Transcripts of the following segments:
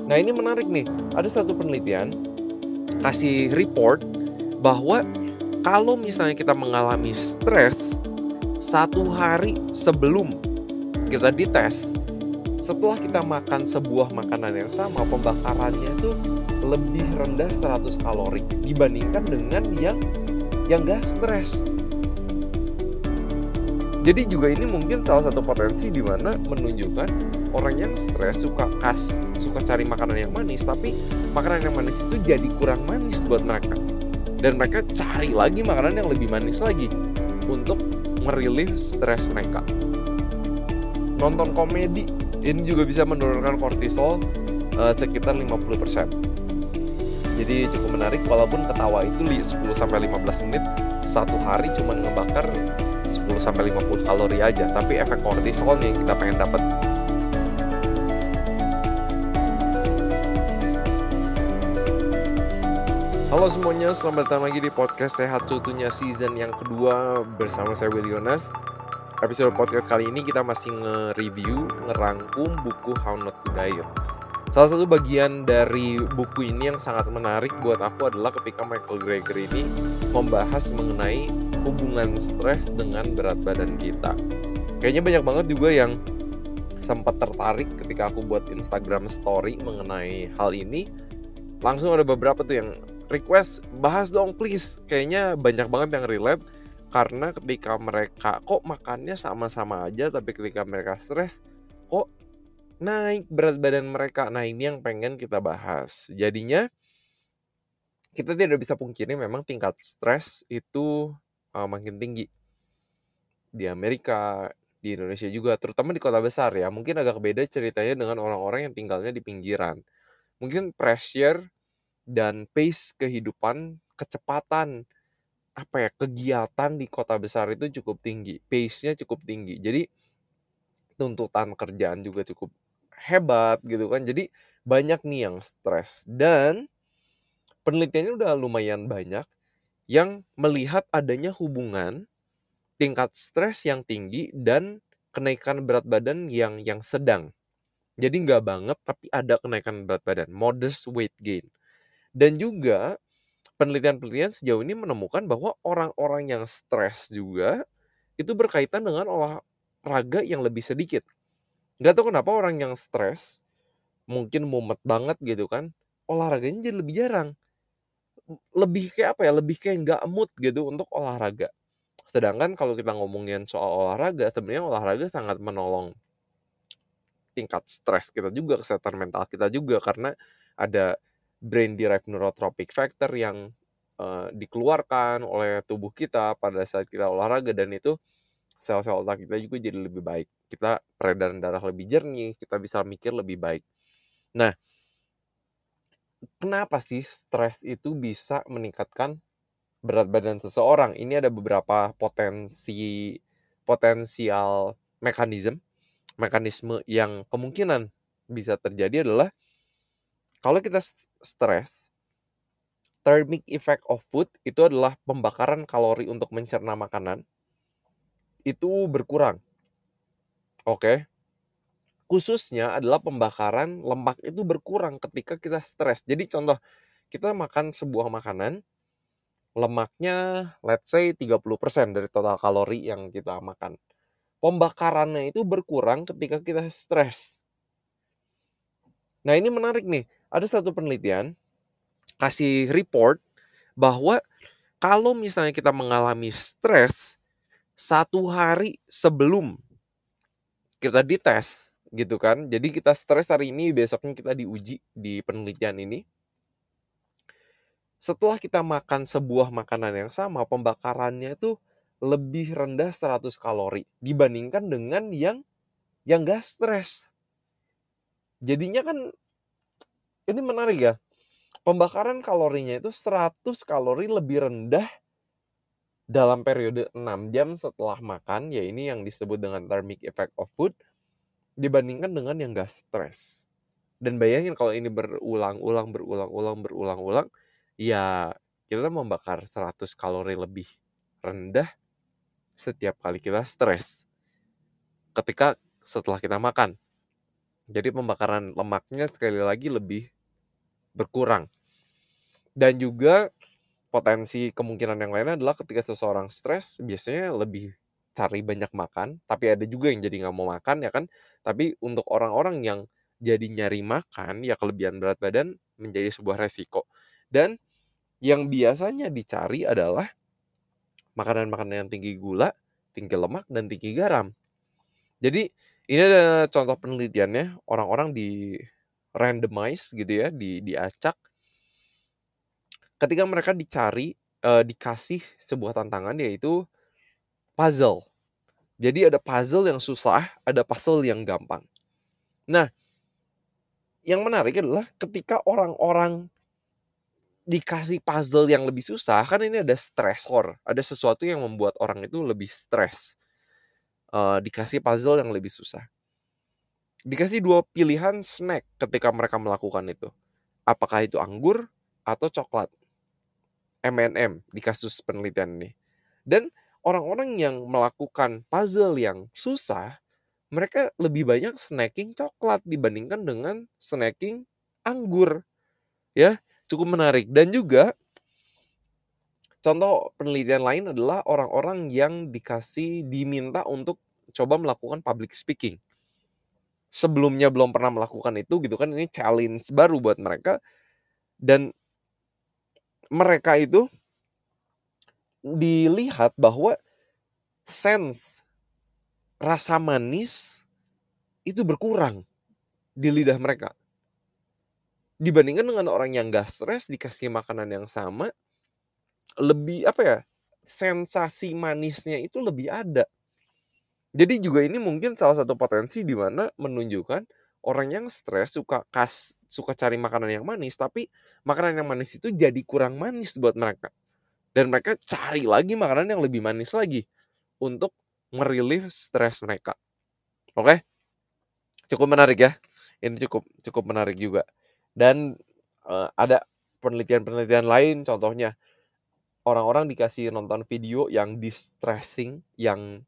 Nah ini menarik nih, ada satu penelitian kasih report bahwa kalau misalnya kita mengalami stres 1 hari sebelum kita dites, setelah kita makan sebuah makanan yang sama, pembakarannya itu lebih rendah 100 kalori dibandingkan dengan yang gak stres. Jadi juga ini mungkin salah satu potensi di mana menunjukkan orang yang stres suka cari makanan yang manis, tapi makanan yang manis itu jadi kurang manis buat mereka. Dan mereka cari lagi makanan yang lebih manis lagi untuk merilis stres mereka. Nonton komedi ini juga bisa menurunkan kortisol sekitar 50%. Jadi cukup menarik, walaupun ketawa itu 10-15 menit, 1 hari cuma ngebakar 10-50 kalori aja, tapi efek kortisolnya yang kita pengen dapat. Halo semuanya, selamat datang lagi di podcast Sehat Seutuhnya season yang kedua bersama saya Willy Yonas. Episode podcast kali ini kita masih nge-review, ngerangkum buku How Not to Diet. Salah satu bagian dari buku ini yang sangat menarik buat aku adalah ketika Michael Greger ini membahas mengenai hubungan stres dengan berat badan kita. Kayaknya banyak banget juga yang sempat tertarik ketika aku buat Instagram story mengenai hal ini. Langsung ada beberapa tuh yang request, bahas dong please. Kayaknya banyak banget yang relate, karena ketika mereka kok makannya sama-sama aja, tapi ketika mereka stres kok naik berat badan mereka. Nah ini yang pengen kita bahas. Jadinya kita tidak bisa pungkiri memang tingkat stres itu makin tinggi di Amerika, di Indonesia juga, terutama di kota besar ya. Mungkin agak beda ceritanya dengan orang-orang yang tinggalnya di pinggiran. Mungkin pressure dan pace kehidupan, kecepatan kegiatan di kota besar itu cukup tinggi, pace-nya cukup tinggi. Jadi tuntutan kerjaan juga cukup hebat gitu kan. Jadi banyak nih yang stres, dan penelitiannya udah lumayan banyak yang melihat adanya hubungan tingkat stres yang tinggi dan kenaikan berat badan yang sedang. Jadi nggak banget, tapi ada kenaikan berat badan, modest weight gain. Dan juga penelitian-penelitian sejauh ini menemukan bahwa orang-orang yang stres juga itu berkaitan dengan olahraga yang lebih sedikit. Nggak tahu kenapa orang yang stres, mungkin mumet banget gitu kan, olahraganya jadi lebih jarang. Lebih kayak lebih kayak nggak mood gitu untuk olahraga. Sedangkan kalau kita ngomongin soal olahraga, sebenarnya olahraga sangat menolong tingkat stres kita juga, kesehatan mental kita juga, karena ada brain derived neurotrophic factor yang dikeluarkan oleh tubuh kita pada saat kita olahraga, dan itu sel-sel otak kita juga jadi lebih baik. Kita peredaran darah lebih jernih, kita bisa mikir lebih baik. Nah, kenapa sih stres itu bisa meningkatkan berat badan seseorang? Ini ada beberapa potensial mekanisme yang kemungkinan bisa terjadi adalah kalau kita stres, thermic effect of food itu adalah pembakaran kalori untuk mencerna makanan itu berkurang. Oke. Khususnya adalah pembakaran lemak itu berkurang ketika kita stres. Jadi contoh, kita makan sebuah makanan, lemaknya let's say 30% dari total kalori yang kita makan. Pembakarannya itu berkurang ketika kita stres. Nah ini menarik nih, ada satu penelitian kasih report bahwa kalau misalnya kita mengalami stres 1 hari sebelum kita dites gitu kan, jadi kita stres hari ini, besoknya kita diuji di penelitian ini. Setelah kita makan sebuah makanan yang sama, pembakarannya itu lebih rendah 100 kalori dibandingkan dengan yang gak stres. Jadinya kan ini menarik ya. Pembakaran kalorinya itu 100 kalori lebih rendah dalam periode 6 jam setelah makan, ya ini yang disebut dengan thermic effect of food, dibandingkan dengan yang gak stres. Dan bayangin kalau ini berulang-ulang, ya kita membakar 100 kalori lebih rendah setiap kali kita stres ketika setelah kita makan. Jadi pembakaran lemaknya sekali lagi lebih berkurang. Dan juga potensi kemungkinan yang lainnya adalah ketika seseorang stres biasanya lebih cari banyak makan, tapi ada juga yang jadi nggak mau makan ya kan. Tapi untuk orang-orang yang jadi nyari makan ya kelebihan berat badan menjadi sebuah resiko. Dan yang biasanya dicari adalah makanan-makanan yang tinggi gula, tinggi lemak, dan tinggi garam. Jadi ini ada contoh penelitiannya, orang-orang di randomize gitu ya, diacak ketika mereka dikasih sebuah tantangan yaitu puzzle. Jadi ada puzzle yang susah, ada puzzle yang gampang. Nah, yang menarik adalah ketika orang-orang dikasih puzzle yang lebih susah, kan ini ada stressor, ada sesuatu yang membuat orang itu lebih stres. Dikasih puzzle yang lebih susah. Dikasih 2 pilihan snack ketika mereka melakukan itu. Apakah itu anggur atau coklat? M&M di kasus penelitian ini. Dan orang-orang yang melakukan puzzle yang susah, mereka lebih banyak snacking coklat dibandingkan dengan snacking anggur. Ya, cukup menarik. Dan juga contoh penelitian lain adalah orang-orang yang diminta untuk coba melakukan public speaking. Sebelumnya belum pernah melakukan itu gitu kan, ini challenge baru buat mereka. Dan mereka itu dilihat bahwa sense rasa manis itu berkurang di lidah mereka. Dibandingkan dengan orang yang gak stres dikasih makanan yang sama, lebih sensasi manisnya itu lebih ada. Jadi juga ini mungkin salah satu potensi di mana menunjukkan orang yang stres suka cari makanan yang manis, tapi makanan yang manis itu jadi kurang manis buat mereka. Dan mereka cari lagi makanan yang lebih manis lagi untuk merilis stres mereka. Oke? Cukup menarik ya. Ini cukup menarik juga. Dan ada penelitian-penelitian lain, contohnya orang-orang dikasih nonton video yang distressing, yang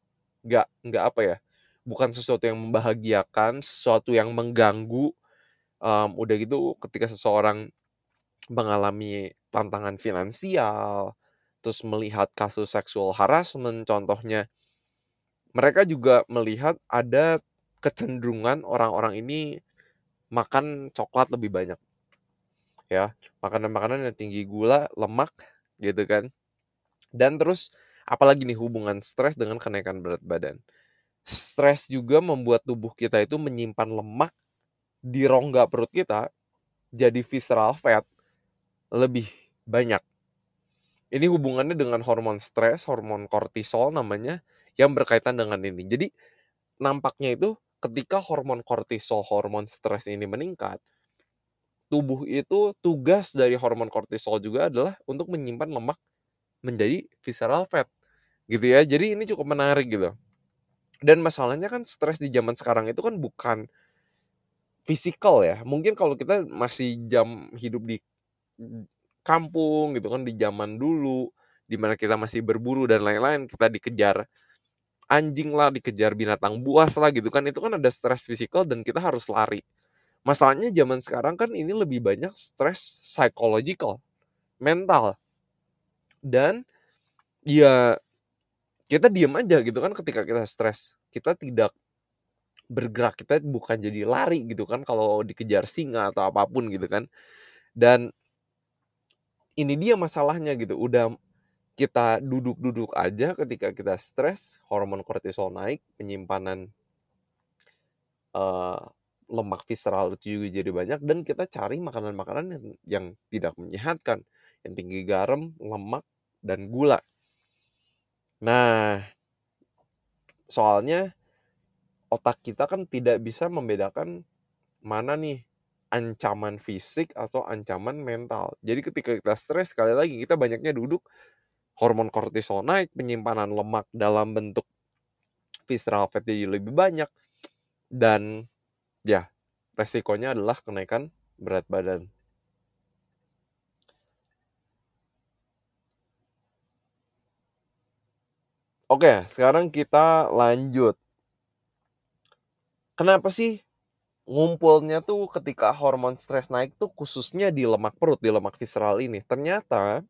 bukan sesuatu yang membahagiakan, sesuatu yang mengganggu. Udah gitu ketika seseorang mengalami tantangan finansial, terus melihat kasus sexual harassment contohnya, mereka juga melihat ada kecenderungan orang-orang ini makan coklat lebih banyak. Ya, makanan-makanan yang tinggi gula, lemak gitu kan. Dan terus apalagi nih hubungan stres dengan kenaikan berat badan. Stres juga membuat tubuh kita itu menyimpan lemak di rongga perut kita, jadi visceral fat lebih banyak. Ini hubungannya dengan hormon stres, hormon kortisol namanya, yang berkaitan dengan ini. Jadi nampaknya itu ketika hormon kortisol, hormon stres ini meningkat, tubuh itu tugas dari hormon kortisol juga adalah untuk menyimpan lemak menjadi visceral fat gitu ya. Jadi ini cukup menarik gitu. Dan masalahnya kan stres di zaman sekarang itu kan bukan fisikal ya. Mungkin kalau kita masih hidup di kampung gitu kan, di zaman dulu di mana kita masih berburu dan lain-lain, kita dikejar anjing lah, dikejar binatang buas lah gitu kan, itu kan ada stres fisikal dan kita harus lari. Masalahnya zaman sekarang kan ini lebih banyak stres psychological, mental. Dan ya kita diam aja gitu kan ketika kita stres. Kita tidak bergerak, kita bukan jadi lari gitu kan kalau dikejar singa atau apapun gitu kan. Dan ini dia masalahnya gitu, udah kita duduk-duduk aja ketika kita stres, hormon kortisol naik, penyimpanan lemak visceral itu juga jadi banyak, dan kita cari makanan-makanan yang tidak menyehatkan, yang tinggi garam, lemak, dan gula. Nah, soalnya otak kita kan tidak bisa membedakan mana nih ancaman fisik atau ancaman mental. Jadi ketika kita stres, sekali lagi kita banyaknya duduk, hormon kortisol naik, penyimpanan lemak dalam bentuk visceral fat jadi lebih banyak, dan ya resikonya adalah kenaikan berat badan. Oke, sekarang kita lanjut. Kenapa sih ngumpulnya tuh ketika hormon stres naik tuh khususnya di lemak perut, di lemak visceral ini. Ternyata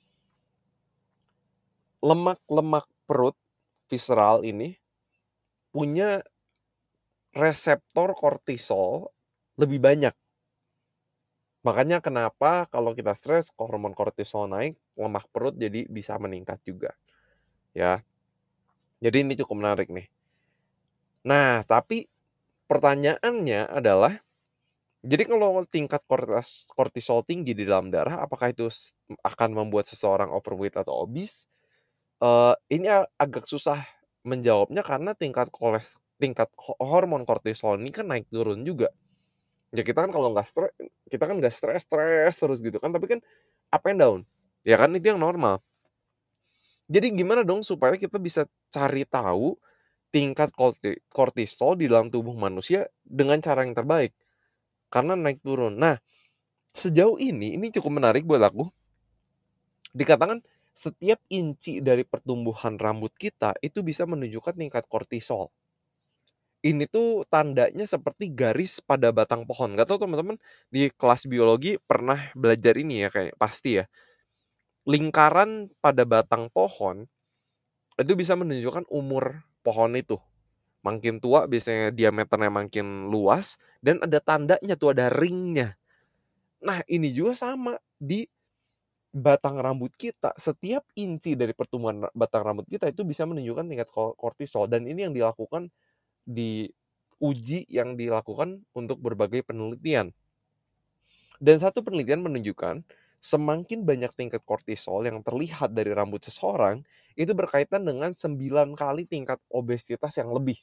lemak-lemak perut visceral ini punya reseptor kortisol lebih banyak. Makanya kenapa kalau kita stres hormon kortisol naik, lemak perut jadi bisa meningkat juga, ya. Jadi ini cukup menarik nih. Nah, tapi pertanyaannya adalah, jadi kalau tingkat kortisol tinggi di dalam darah, apakah itu akan membuat seseorang overweight atau obese? Ini agak susah menjawabnya karena tingkat hormon kortisol ini kan naik turun juga. Ya kita kan kalau nggak stres, kita kan nggak stres terus gitu kan, tapi kan up and down, ya kan, itu yang normal. Jadi gimana dong supaya kita bisa cari tahu tingkat kortisol di dalam tubuh manusia dengan cara yang terbaik? Karena naik turun. Nah, sejauh ini cukup menarik buat aku. Dikatakan setiap inci dari pertumbuhan rambut kita itu bisa menunjukkan tingkat kortisol. Ini tuh tandanya seperti garis pada batang pohon. Gak tau teman-teman di kelas biologi pernah belajar ini ya, kayak pasti ya. Lingkaran pada batang pohon itu bisa menunjukkan umur pohon itu. Makin tua biasanya diameternya makin luas dan ada tandanya tuh, ada ringnya. Nah, ini juga sama di batang rambut kita. Setiap inci dari pertumbuhan batang rambut kita itu bisa menunjukkan tingkat kortisol, dan ini yang dilakukan di uji yang dilakukan untuk berbagai penelitian. Dan satu penelitian menunjukkan semakin banyak tingkat kortisol yang terlihat dari rambut seseorang, itu berkaitan dengan 9 kali tingkat obesitas yang lebih.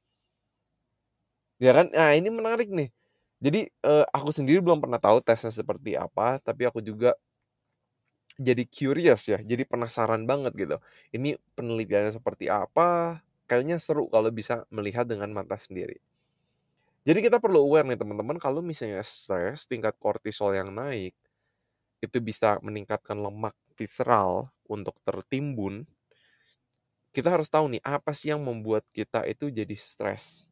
Ya kan? Nah, ini menarik nih. Jadi aku sendiri belum pernah tahu tesnya seperti apa, tapi aku juga jadi curious ya, jadi penasaran banget gitu. Ini penelitiannya seperti apa? Kayaknya seru kalau bisa melihat dengan mata sendiri. Jadi kita perlu aware nih teman-teman, kalau misalnya stres, tingkat kortisol yang naik, itu bisa meningkatkan lemak visceral untuk tertimbun. Kita harus tahu nih, apa sih yang membuat kita itu jadi stres.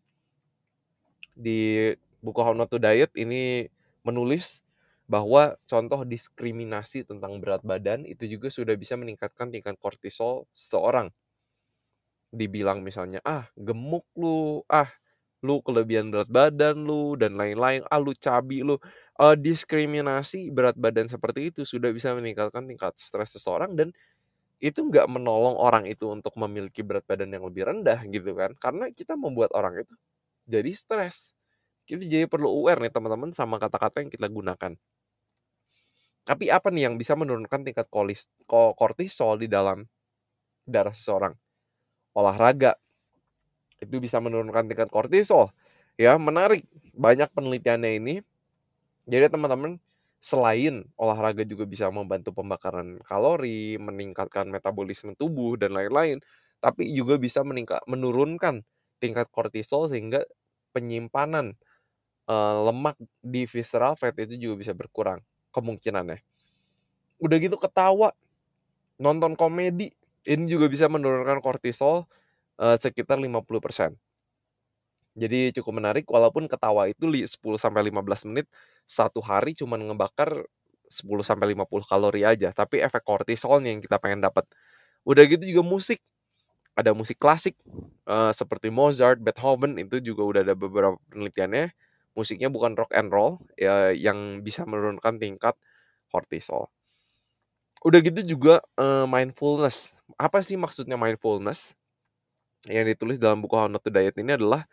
Di buku How Not to Diet ini menulis bahwa contoh diskriminasi tentang berat badan itu juga sudah bisa meningkatkan tingkat kortisol seseorang. Dibilang misalnya, gemuk lu, lu kelebihan berat badan lu, dan lain-lain, lu cabi lu. Diskriminasi berat badan seperti itu sudah bisa meningkatkan tingkat stres seseorang, dan itu nggak menolong orang itu untuk memiliki berat badan yang lebih rendah gitu kan. Karena kita membuat orang itu jadi stres. Kita jadi perlu aware nih teman-teman sama kata-kata yang kita gunakan. Tapi apa nih yang bisa menurunkan tingkat kortisol di dalam darah seseorang? Olahraga. Itu bisa menurunkan tingkat kortisol. Ya, menarik. Banyak penelitiannya ini. Jadi teman-teman, selain olahraga juga bisa membantu pembakaran kalori, meningkatkan metabolisme tubuh dan lain-lain, tapi juga bisa menurunkan tingkat kortisol sehingga penyimpanan lemak di visceral fat itu juga bisa berkurang kemungkinannya. Udah gitu ketawa, nonton komedi, ini juga bisa menurunkan kortisol sekitar 50%. Jadi cukup menarik, walaupun ketawa itu 10-15 menit satu hari cuma ngebakar 10-50 kalori aja, tapi efek kortisolnya yang kita pengen dapat. Udah gitu juga musik, ada musik klasik seperti Mozart, Beethoven, itu juga udah ada beberapa penelitiannya. Musiknya bukan rock and roll ya, yang bisa menurunkan tingkat kortisol. Udah gitu juga mindfulness. Apa sih maksudnya mindfulness? Yang ditulis dalam buku How Not to Diet ini adalah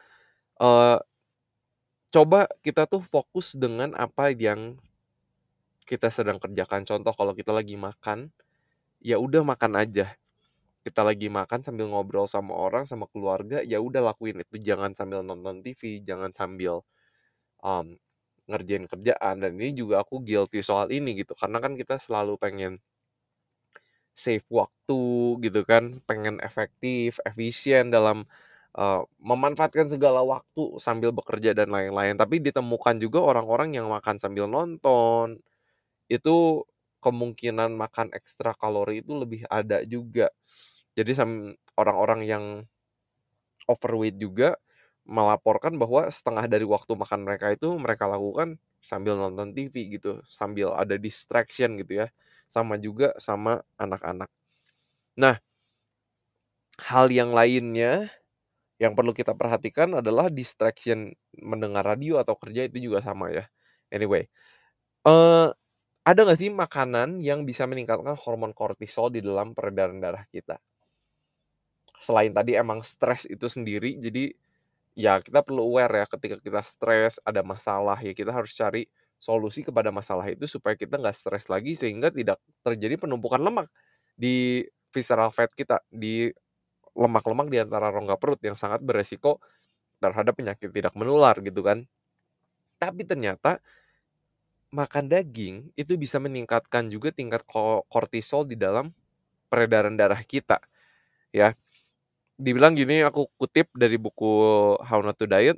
coba kita tuh fokus dengan apa yang kita sedang kerjakan. Contoh kalau kita lagi makan, ya udah makan aja. Kita lagi makan sambil ngobrol sama orang, sama keluarga, ya udah lakuin itu. Jangan sambil nonton TV, jangan sambil ngerjain kerjaan. Dan ini juga aku guilty soal ini gitu, karena kan kita selalu pengen save waktu gitu kan, pengen efektif, efisien dalam memanfaatkan segala waktu sambil bekerja dan lain-lain. Tapi ditemukan juga orang-orang yang makan sambil nonton, itu kemungkinan makan ekstra kalori itu lebih ada juga. Jadi orang-orang yang overweight juga melaporkan bahwa setengah dari waktu makan mereka itu mereka lakukan sambil nonton TV gitu, sambil ada distraction gitu ya. Sama juga sama anak-anak. Nah, hal yang lainnya yang perlu kita perhatikan adalah distraction mendengar radio atau kerja itu juga sama ya. Anyway, eee, ada nggak sih makanan yang bisa meningkatkan hormon kortisol di dalam peredaran darah kita? Selain tadi emang stres itu sendiri, jadi ya kita perlu aware ya ketika kita stres, ada masalah, ya kita harus cari solusi kepada masalah itu supaya kita nggak stres lagi sehingga tidak terjadi penumpukan lemak di visceral fat kita, di lemak-lemak di antara rongga perut yang sangat beresiko terhadap penyakit tidak menular gitu kan. Tapi ternyata makan daging itu bisa meningkatkan juga tingkat kortisol di dalam peredaran darah kita ya. Dibilang gini, aku kutip dari buku How Not to Diet,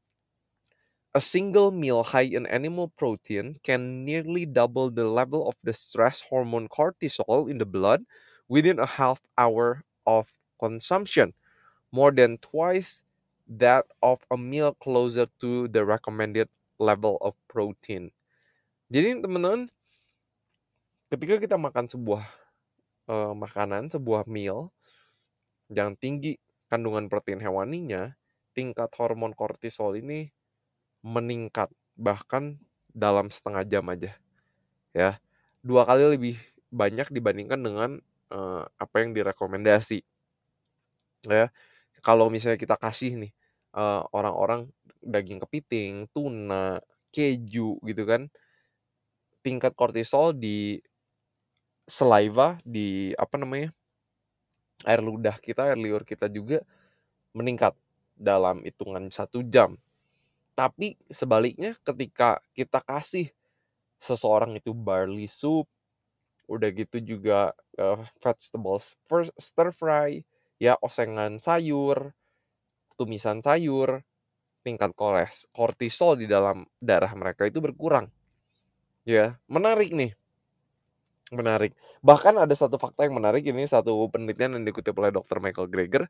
"A single meal high in animal protein can nearly double the level of the stress hormone cortisol in the blood within a half hour of consumption, more than twice that of a meal closer to the recommended level of protein." Jadi teman-teman, ketika kita makan sebuah makanan, sebuah meal yang tinggi kandungan protein hewaninya, tingkat hormon kortisol ini meningkat bahkan dalam setengah jam aja ya. 2 kali lebih banyak dibandingkan dengan apa yang direkomendasi ya. Kalau misalnya kita kasih nih orang-orang daging kepiting, tuna, keju gitu kan, tingkat kortisol di saliva, di apa namanya, air ludah kita, air liur kita juga meningkat dalam hitungan 1 jam. Tapi sebaliknya ketika kita kasih seseorang itu barley soup, udah gitu juga vegetables stir fry, ya osengan sayur, tumisan sayur, tingkat kortisol di dalam darah mereka itu berkurang. Ya, menarik nih. Menarik. Bahkan ada satu fakta yang menarik, ini satu penelitian yang dikutip oleh Dr. Michael Greger.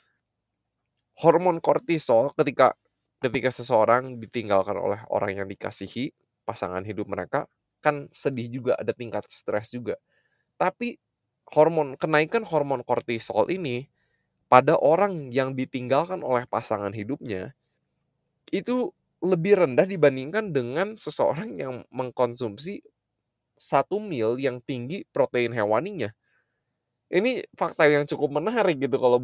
Hormon kortisol ketika seseorang ditinggalkan oleh orang yang dikasihi, pasangan hidup mereka, kan sedih juga, ada tingkat stres juga. Tapi kenaikan hormon kortisol ini pada orang yang ditinggalkan oleh pasangan hidupnya itu lebih rendah dibandingkan dengan seseorang yang mengkonsumsi satu meal yang tinggi protein hewaninya. Ini fakta yang cukup menarik gitu kalau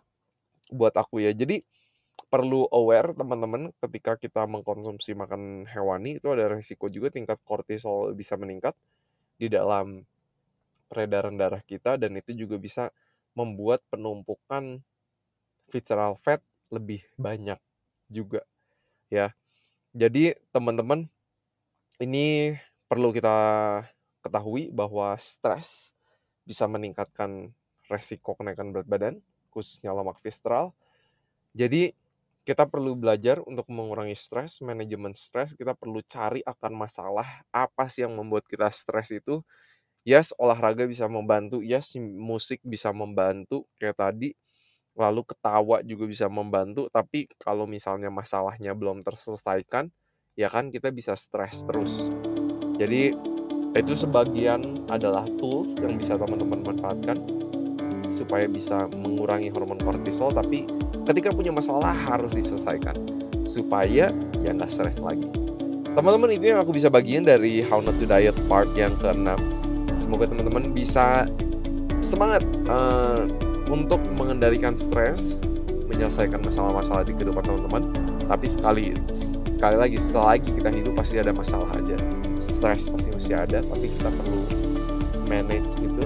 buat aku ya. Jadi perlu aware teman-teman ketika kita mengkonsumsi makan hewani itu ada resiko juga tingkat kortisol bisa meningkat di dalam peredaran darah kita, dan itu juga bisa membuat penumpukan visceral fat lebih banyak juga ya. Jadi teman-teman, ini perlu kita ketahui bahwa stres bisa meningkatkan resiko kenaikan berat badan, khususnya lemak visceral. Jadi kita perlu belajar untuk mengurangi stres, manajemen stres. Kita perlu cari akan masalah apa sih yang membuat kita stres itu. Yes, olahraga bisa membantu, yes, musik bisa membantu kayak tadi, lalu ketawa juga bisa membantu, tapi kalau misalnya masalahnya belum terselesaikan, ya kan kita bisa stres terus. Jadi itu sebagian adalah tools yang bisa teman-teman manfaatkan supaya bisa mengurangi hormon kortisol, tapi ketika punya masalah harus diselesaikan supaya ya nggak stres lagi. Teman-teman, itu yang aku bisa bagiin dari How Not to Diet part yang ke-6. Semoga teman-teman bisa semangat untuk mengendalikan stres, menyelesaikan masalah-masalah di kehidupan teman-teman. Tapi sekali lagi, selagi kita hidup pasti ada masalah aja. Stres pasti masih ada, tapi kita perlu manage gitu.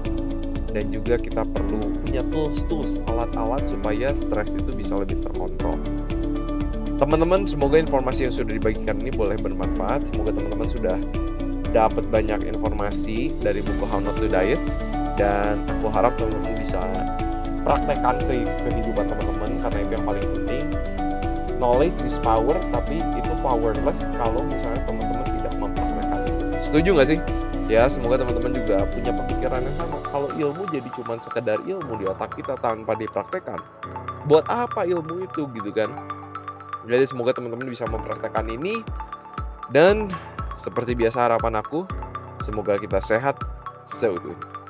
Dan juga kita perlu punya tools, alat-alat supaya stres itu bisa lebih terkontrol. Teman-teman, semoga informasi yang sudah dibagikan ini boleh bermanfaat. Semoga teman-teman sudah dapat banyak informasi dari buku How Not to Diet, dan aku harap teman-teman bisa praktekkan ke kehidupan teman-teman, karena itu yang paling penting. Knowledge is power, tapi itu powerless kalau misalnya teman-teman tidak mempraktekkan itu. Setuju gak sih? Ya, semoga teman-teman juga punya pemikiran yang sama. Kalau ilmu jadi cuma sekedar ilmu di otak kita tanpa dipraktekkan, buat apa ilmu itu gitu kan? Jadi semoga teman-teman bisa mempraktekkan ini. Dan seperti biasa harapan aku, semoga kita sehat seutuhnya.